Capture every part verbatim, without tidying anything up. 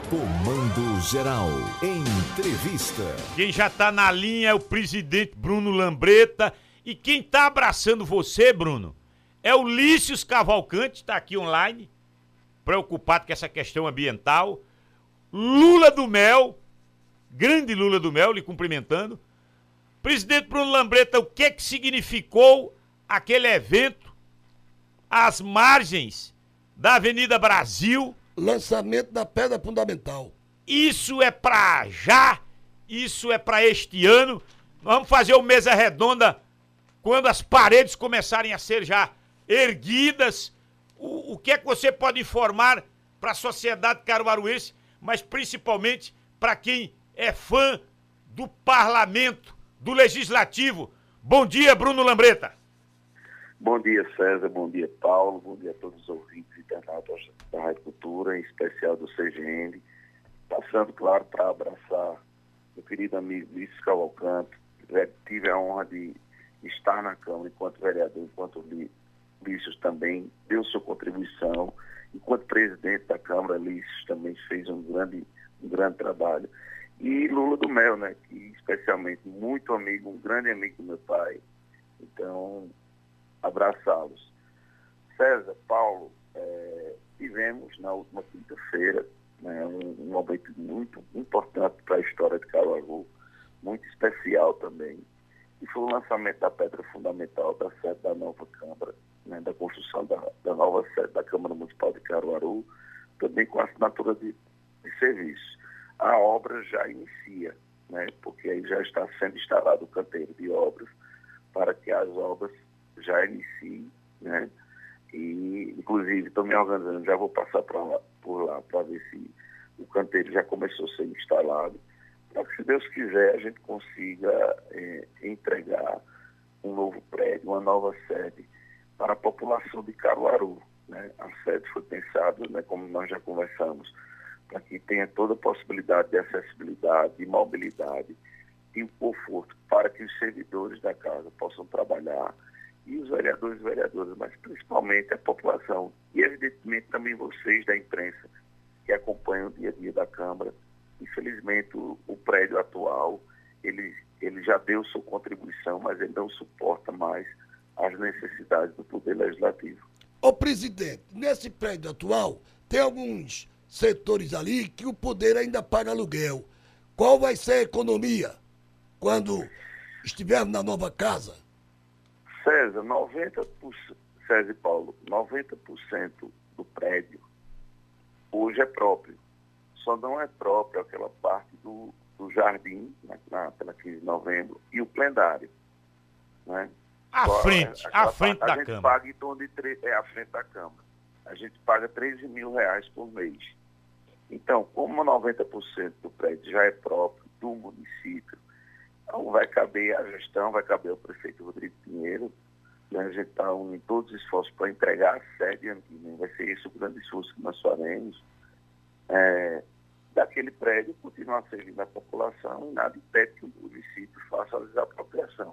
Comando Geral. Entrevista. Quem já tá na linha é o presidente Bruno Lambreta. E quem tá abraçando você, Bruno, é o Lícius Cavalcante, tá aqui online, preocupado com essa questão ambiental. Lula do Mel, grande Lula do Mel, lhe cumprimentando. Presidente Bruno Lambreta, o que é que significou aquele evento às margens da Avenida Brasil? Lançamento da pedra fundamental. Isso é pra já? Isso é pra este ano? Nós vamos fazer o Mesa Redonda quando as paredes começarem a ser já erguidas. O, o que é que você pode informar para a sociedade caruaruense, mas principalmente para quem é fã do parlamento, do legislativo? Bom dia, Bruno Lambreta. Bom dia, César. Bom dia, Paulo. Bom dia a todos os ouvintes e internautas da Rádio Cultura, em especial do C G N. Passando, claro, para abraçar meu querido amigo Lícius Cavalcante. Tive a honra de estar na Câmara enquanto vereador, enquanto Lícius também deu sua contribuição. Enquanto presidente da Câmara, Lícius também fez um grande, um grande trabalho. E Lula do Mel, né, que especialmente muito amigo, um grande amigo do meu pai. Então, abraçá-los. César, Paulo, é, tivemos na última quinta-feira, né, um, um momento muito importante para a história de Caruaru, muito especial também, e foi o lançamento da pedra fundamental da sede da nova Câmara, né, da construção da, da nova sede da Câmara Municipal de Caruaru, também com a assinatura de, de serviços. A obra já inicia, né, porque aí já está sendo instalado o canteiro de obras para que as obras já iniciem, né? E, inclusive, estou me organizando, já vou passar pra lá, por lá para ver se o canteiro já começou a ser instalado, para que, se Deus quiser, a gente consiga é, entregar um novo prédio, uma nova sede para a população de Caruaru, né? A sede foi pensada, né, como nós já conversamos, para que tenha toda a possibilidade de acessibilidade, de mobilidade e o conforto para que os servidores da casa possam trabalhar, e os vereadores e vereadoras, mas principalmente a população e, evidentemente, também vocês da imprensa que acompanham o dia a dia da Câmara. Infelizmente, o, o prédio atual, ele, ele já deu sua contribuição, mas ele não suporta mais as necessidades do Poder Legislativo. Ô, presidente, nesse prédio atual, tem alguns setores ali que o poder ainda paga aluguel. Qual vai ser a economia quando estivermos na nova casa? César, noventa por cento, César e Paulo, noventa por cento do prédio hoje é próprio. Só não é próprio aquela parte do, do jardim, na, na, pela quinze de novembro, e o plenário. Né? À Só, frente, é, à frente parte, da a gente Câmara. paga em torno de tre- é à frente da Câmara. A gente paga treze mil reais por mês. Então, como noventa por cento do prédio já é próprio do município, então vai caber a gestão, vai caber ao prefeito Rodrigo Pinheiro, né? A gente está unindo todos os esforços para entregar a sede, né? Vai ser esse o grande esforço que nós faremos, é, daquele prédio continuar servindo a população, e nada impede que o município faça a desapropriação.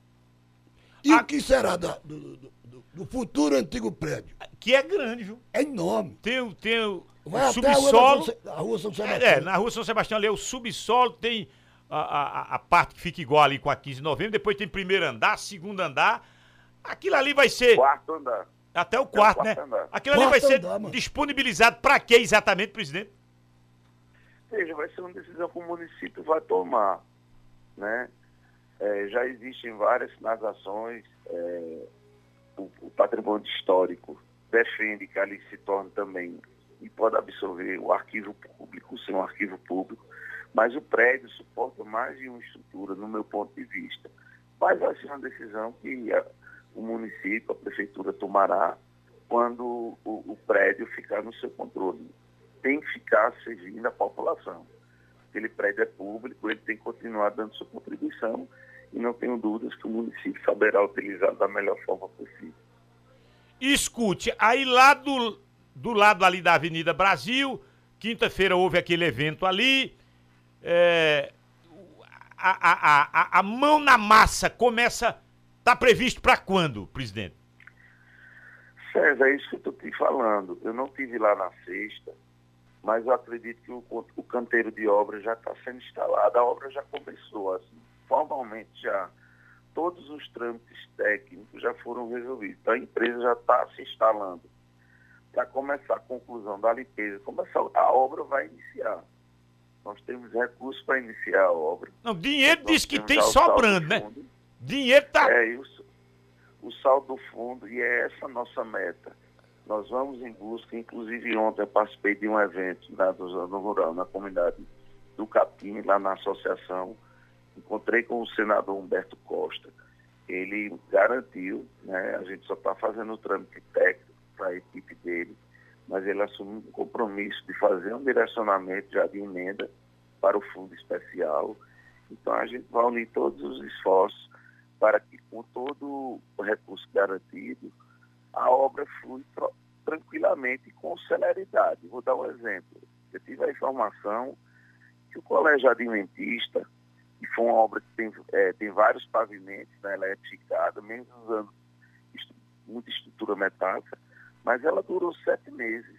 E Ah, o que será da- do, do- do- do futuro antigo prédio? Que é grande, viu? É enorme. Tem, o- tem o, o Vai até subsolo. a rua São É, Sebastião. é, na rua São Sebastião ali é o subsolo, tem a, a, a parte que fica igual ali com a quinze de novembro, depois tem primeiro andar, segundo andar. Aquilo ali vai ser Quarto andar. até o quarto, Até o né? quarto andar. Aquilo ali vai Quarto ser andar, mano. disponibilizado para quê exatamente, presidente? Veja, vai ser uma decisão que o município vai tomar, né? É, já existem várias sinalizações, é, o, o patrimônio histórico defende que ali se torne também, e pode absorver o arquivo público, ser um arquivo público, mas o prédio suporta mais de uma estrutura, no meu ponto de vista. Mas vai ser uma decisão que a, o município, a prefeitura tomará quando o, o prédio ficar no seu controle. Tem que ficar servindo a população. Aquele prédio é público, ele tem que continuar dando sua contribuição, e não tenho dúvidas que o município saberá utilizar da melhor forma possível. Escute, aí lá do, do lado ali da Avenida Brasil, quinta-feira houve aquele evento ali, é, a, a, a, a mão na massa começa, tá previsto para quando, presidente? César, é isso que eu estou te falando. Eu não estive lá na sexta, mas eu acredito que o, o canteiro de obra já está sendo instalado, a obra já começou, assim, formalmente já. Todos os trâmites técnicos já foram resolvidos. Então a empresa já está se instalando. Para começar a conclusão da limpeza, começar, a obra vai iniciar. Nós temos recursos para iniciar a obra. Não, dinheiro Nós diz que temos tem já o sobrando, saldo né? do fundo. Dinheiro tá... É, e o, o saldo do fundo, e é essa a nossa meta. Nós vamos em busca, inclusive ontem eu participei de um evento lá do Zona Rural, na comunidade do Capim, lá na associação. Encontrei com o senador Humberto Costa. Ele garantiu, né, a gente só está fazendo o trâmite técnico para a equipe dele, mas ele assumiu um compromisso de fazer um direcionamento já de emenda para o fundo especial. Então a gente vai unir todos os esforços para que, com todo o recurso garantido, a obra flui tranquilamente e com celeridade. Vou dar um exemplo. Eu tive a informação que o Colégio Adventista, que foi uma obra que tem, é, tem vários pavimentos, né, ela é edificada, mesmo usando estu muita estrutura metálica, mas ela durou sete meses.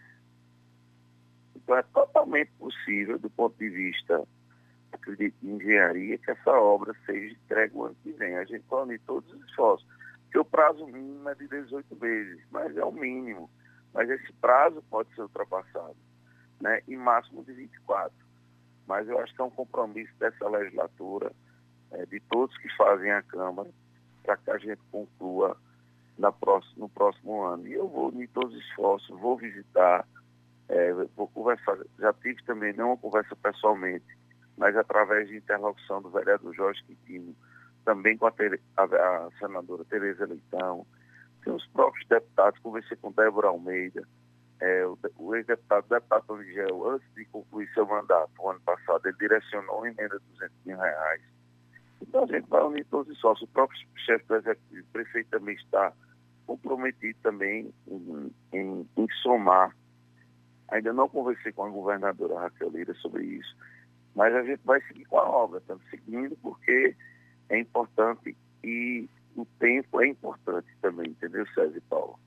Então é totalmente possível, do ponto de vista, acredito, de engenharia, que essa obra seja entregue o ano que vem. A gente vai unir todos os esforços, porque o prazo mínimo é de dezoito meses, mas é o mínimo. Mas esse prazo pode ser ultrapassado, né, em máximo de vinte e quatro. Mas eu acho que é um compromisso dessa legislatura, é, de todos que fazem a Câmara, para que a gente conclua na próxima, no próximo ano. E eu vou unir todos os esforços, vou visitar, é, vou conversar. Já tive também, não uma conversa pessoalmente, mas através de interlocução do vereador Jorge Quintino, também com a, a, a senadora Tereza Leitão, tem os próprios deputados, conversei com Débora Almeida, É, o, o ex-deputado, o deputado Tony Gel, antes de concluir seu mandato, no ano passado, ele direcionou uma emenda de duzentos mil reais. Então a gente vai unir todos os sócios. O próprio chefe do executivo, o prefeito também está comprometido também em, em, em somar. Ainda não conversei com a governadora Raquel Lira sobre isso, mas a gente vai seguir com a obra. Estamos seguindo porque é importante e o tempo é importante também, entendeu, César e Paulo?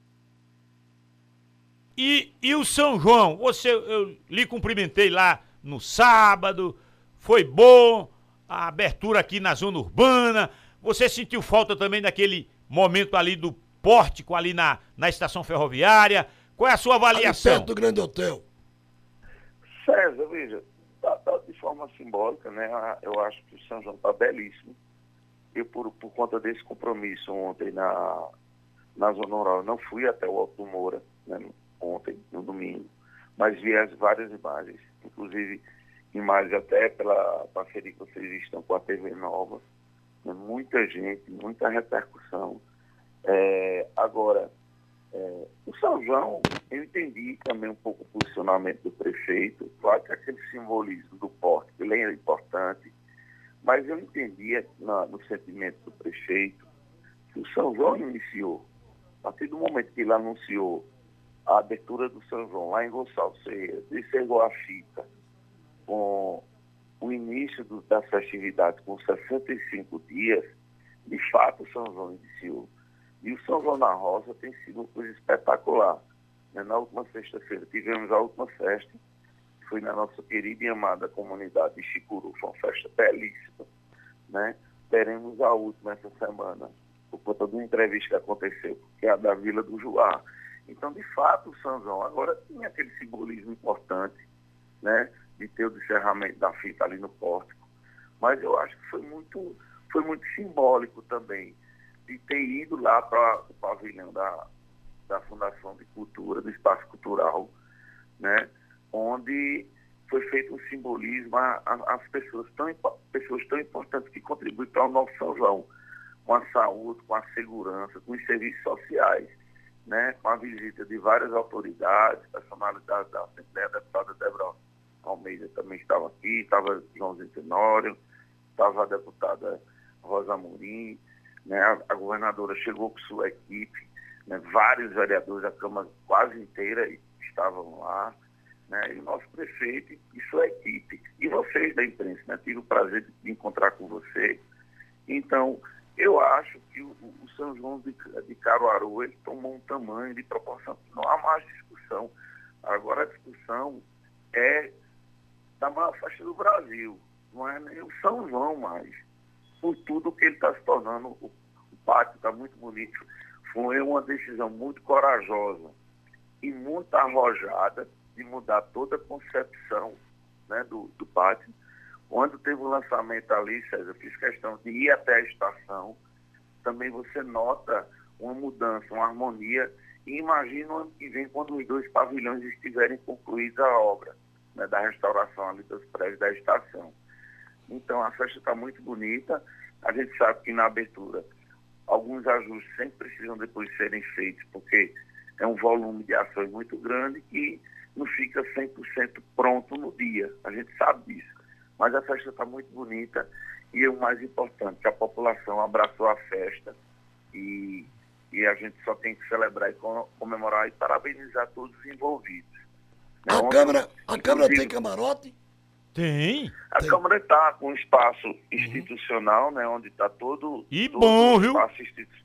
E, e o São João, você, eu lhe cumprimentei lá no sábado, foi bom, a abertura aqui na zona urbana, você sentiu falta também daquele momento ali do pórtico ali na, na estação ferroviária, qual é a sua avaliação? Ali perto do Grande Hotel. César, veja, tá, tá de forma simbólica, né, eu acho que o São João está belíssimo. Eu, por, por conta desse compromisso ontem na, na zona rural, não fui até o Alto do Moura, né, ontem, no domingo, mas vi as várias imagens, inclusive imagens até pela parceria que vocês estão com a T V Nova, né? Muita gente, muita repercussão. É, agora, é, o São João, eu entendi também um pouco o posicionamento do prefeito, claro que aquele simbolismo do porte, ele é importante, mas eu entendia na, no sentimento do prefeito que o São João iniciou, a partir do momento que ele anunciou a abertura do São João lá em Gonçalves Ferreira, encerrou a fita com o início do, das festividades com sessenta e cinco dias, de fato o São João iniciou. E o São João na Roça tem sido uma coisa espetacular. Né? Na última sexta-feira tivemos a última festa, que foi na nossa querida e amada comunidade de Chicuru, foi uma festa belíssima. Né? Teremos a última essa semana, por conta de uma entrevista que aconteceu, que é a da Vila do Juá. Então, de fato, o São João agora tinha aquele simbolismo importante, né, de ter o descerramento da fita ali no pórtico. Mas eu acho que foi muito, foi muito simbólico também de ter ido lá para o pavilhão da, da Fundação de Cultura, do Espaço Cultural, né, onde foi feito um simbolismo às pessoas tão, pessoas tão importantes que contribuem para o nosso São João, com a saúde, com a segurança, com os serviços sociais. Né, com a visita de várias autoridades, personalidades da Assembleia, a deputada Débora Almeida também estava aqui, estava Joãozinho Tenório, estava a deputada Rosa Amorim, né, a, a governadora chegou com sua equipe, né, vários vereadores da Câmara quase inteira estavam lá, né, e o nosso prefeito e sua equipe, e vocês da imprensa, né, tive o prazer de encontrar com você. Então, eu acho que o, o São João de, de Caruaru, ele tomou um tamanho de proporção que não há mais discussão. Agora a discussão é maior festa do Brasil. Não é nem o São João mais. Por tudo que ele está se tornando, o, o pátio está muito bonito. Foi uma decisão muito corajosa e muito arrojada de mudar toda a concepção, né, do, do pátio. Quando teve o lançamento ali, César, eu fiz questão de ir até a estação. Também você nota uma mudança, uma harmonia. E imagina o ano que vem, quando os dois pavilhões estiverem concluídos a obra, né, da restauração ali dos prédios da estação. Então, a festa está muito bonita. A gente sabe que na abertura, alguns ajustes sempre precisam depois serem feitos, porque é um volume de ações muito grande que não fica cem por cento pronto no dia. A gente sabe disso. Mas a festa está muito bonita e é o mais importante, que a população abraçou a festa e, e a gente só tem que celebrar e comemorar e parabenizar todos os envolvidos. A, Ontem, Câmara, a Câmara tem camarote? Tem. A Tem. Câmara está com um espaço institucional, né, onde está todo, E todo bom, o viu? espaço institucional.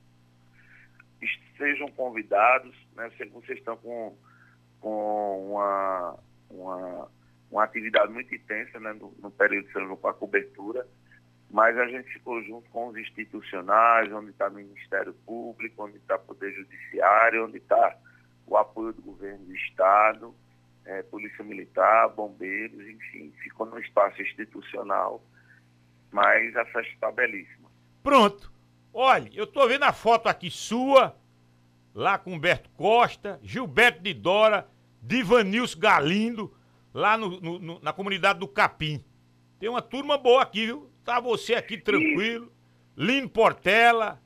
Sejam convidados, né, sei que vocês estão com, com uma, uma, uma atividade muito intensa, né, no, no período de São João com a cobertura, mas a gente ficou junto com os institucionais, onde está o Ministério Público, onde está o Poder Judiciário, onde está o apoio do Governo do Estado, é, Polícia Militar, Bombeiros, enfim, ficou no espaço institucional, mas a festa está belíssima. Pronto. Olha, eu tô vendo a foto aqui sua, lá com Humberto Costa, Gilberto de Dora, Divanilson Galindo, lá no, no- no- na comunidade do Capim. Tem uma turma boa aqui, viu? Tá você aqui tranquilo. Lino Portela.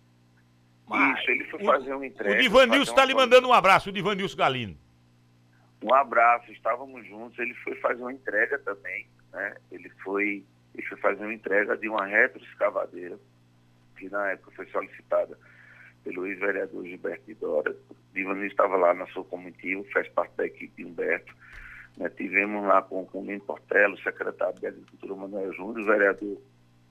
Mas Isso, ele foi o- fazer uma entrega. O Divanilson fazer tá uma lhe mandando um abraço, o Divanilson Galindo. Um abraço, estávamos juntos, ele foi fazer uma entrega também, né? Ele foi, ele foi fazer uma entrega de uma retroescavadeira, que na época foi solicitada pelo ex-vereador Gilberto de Dora. O Divanilson estava lá na sua comitiva, faz parte da equipe de Humberto. Né? Tivemos lá com, com o Lino Portela, o secretário de Agricultura Manuel Júnior, o vereador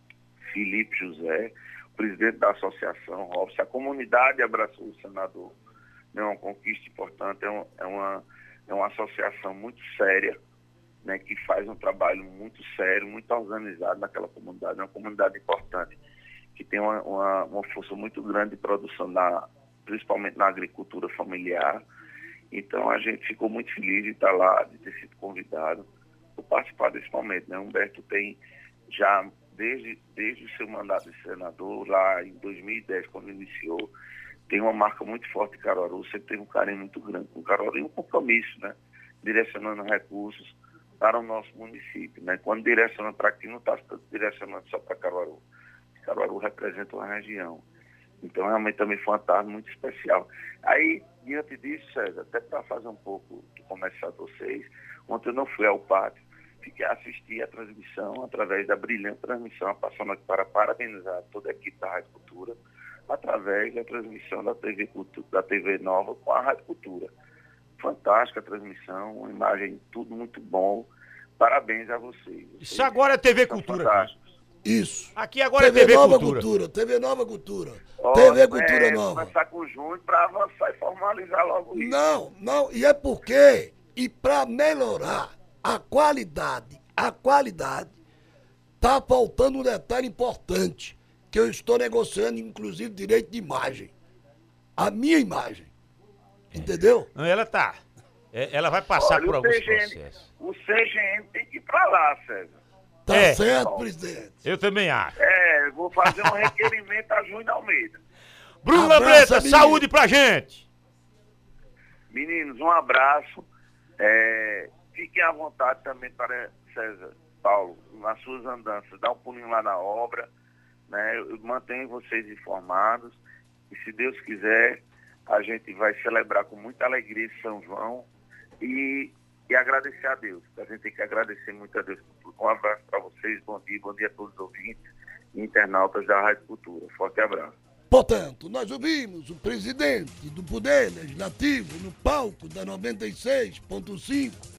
Felipe José, o presidente da associação, Robson. A comunidade abraçou o senador. É uma conquista importante, é, um, é, uma, é uma associação muito séria, né, que faz um trabalho muito sério, muito organizado naquela comunidade. É uma comunidade importante, que tem uma, uma, uma força muito grande de produção, na, principalmente na agricultura familiar. Então a gente ficou muito feliz de estar lá, de ter sido convidado por participar desse momento. Né? Humberto tem já, desde, desde o seu mandato de senador, lá em dois mil e dez, quando iniciou, tem uma marca muito forte de Caruaru, sempre teve um carinho muito grande com Caruaru e um compromisso, né? Direcionando recursos para o nosso município. Né? Quando direciona para aqui, não está direcionando só para Caruaru. Caruaru representa uma região. Então, realmente, também foi uma tarde muito especial. Aí, diante disso, César, até para fazer um pouco de comercial de vocês, ontem eu não fui ao pátio, fiquei a assistir a transmissão, através da brilhante transmissão, passando aqui para parabenizar toda a equipe da Rádio Cultura, através da transmissão da T V, Cultura, da T V Nova com a Rádio Cultura. Fantástica a transmissão, uma imagem, tudo muito bom. Parabéns a vocês. vocês Isso agora é T V são Cultura. fantásticos. Isso. Aqui agora T V é T V Nova Cultura. Cultura. T V Nova Cultura. Ó, T V Cultura é, Nova. Começar com o Júnior para avançar e formalizar logo isso. Não, não, e é porque, e para melhorar a qualidade, a qualidade, tá faltando um detalhe importante, que eu estou negociando, inclusive, direito de imagem. A minha imagem. Entendeu? Não, ela tá. É, Ela vai passar Olha, por o alguns C G N, processos. o C G N tem que ir para lá, César. Tá É. certo, presidente. Eu também acho. É, vou fazer um requerimento a Júnior Almeida. Bruno Abraço, Lambreta, menino. saúde pra gente. Meninos, um abraço. É, fiquem à vontade também para César, Paulo, nas suas andanças. Dá um pulinho lá na obra, né? Eu mantenho vocês informados. E se Deus quiser, a gente vai celebrar com muita alegria esse São João e, e agradecer a Deus. A gente tem que agradecer muito a Deus por tudo. Um abraço para vocês, bom dia, bom dia a todos os ouvintes e internautas da Rádio Cultura. Forte abraço. Portanto, nós ouvimos o presidente do Poder Legislativo no palco da noventa e seis ponto cinco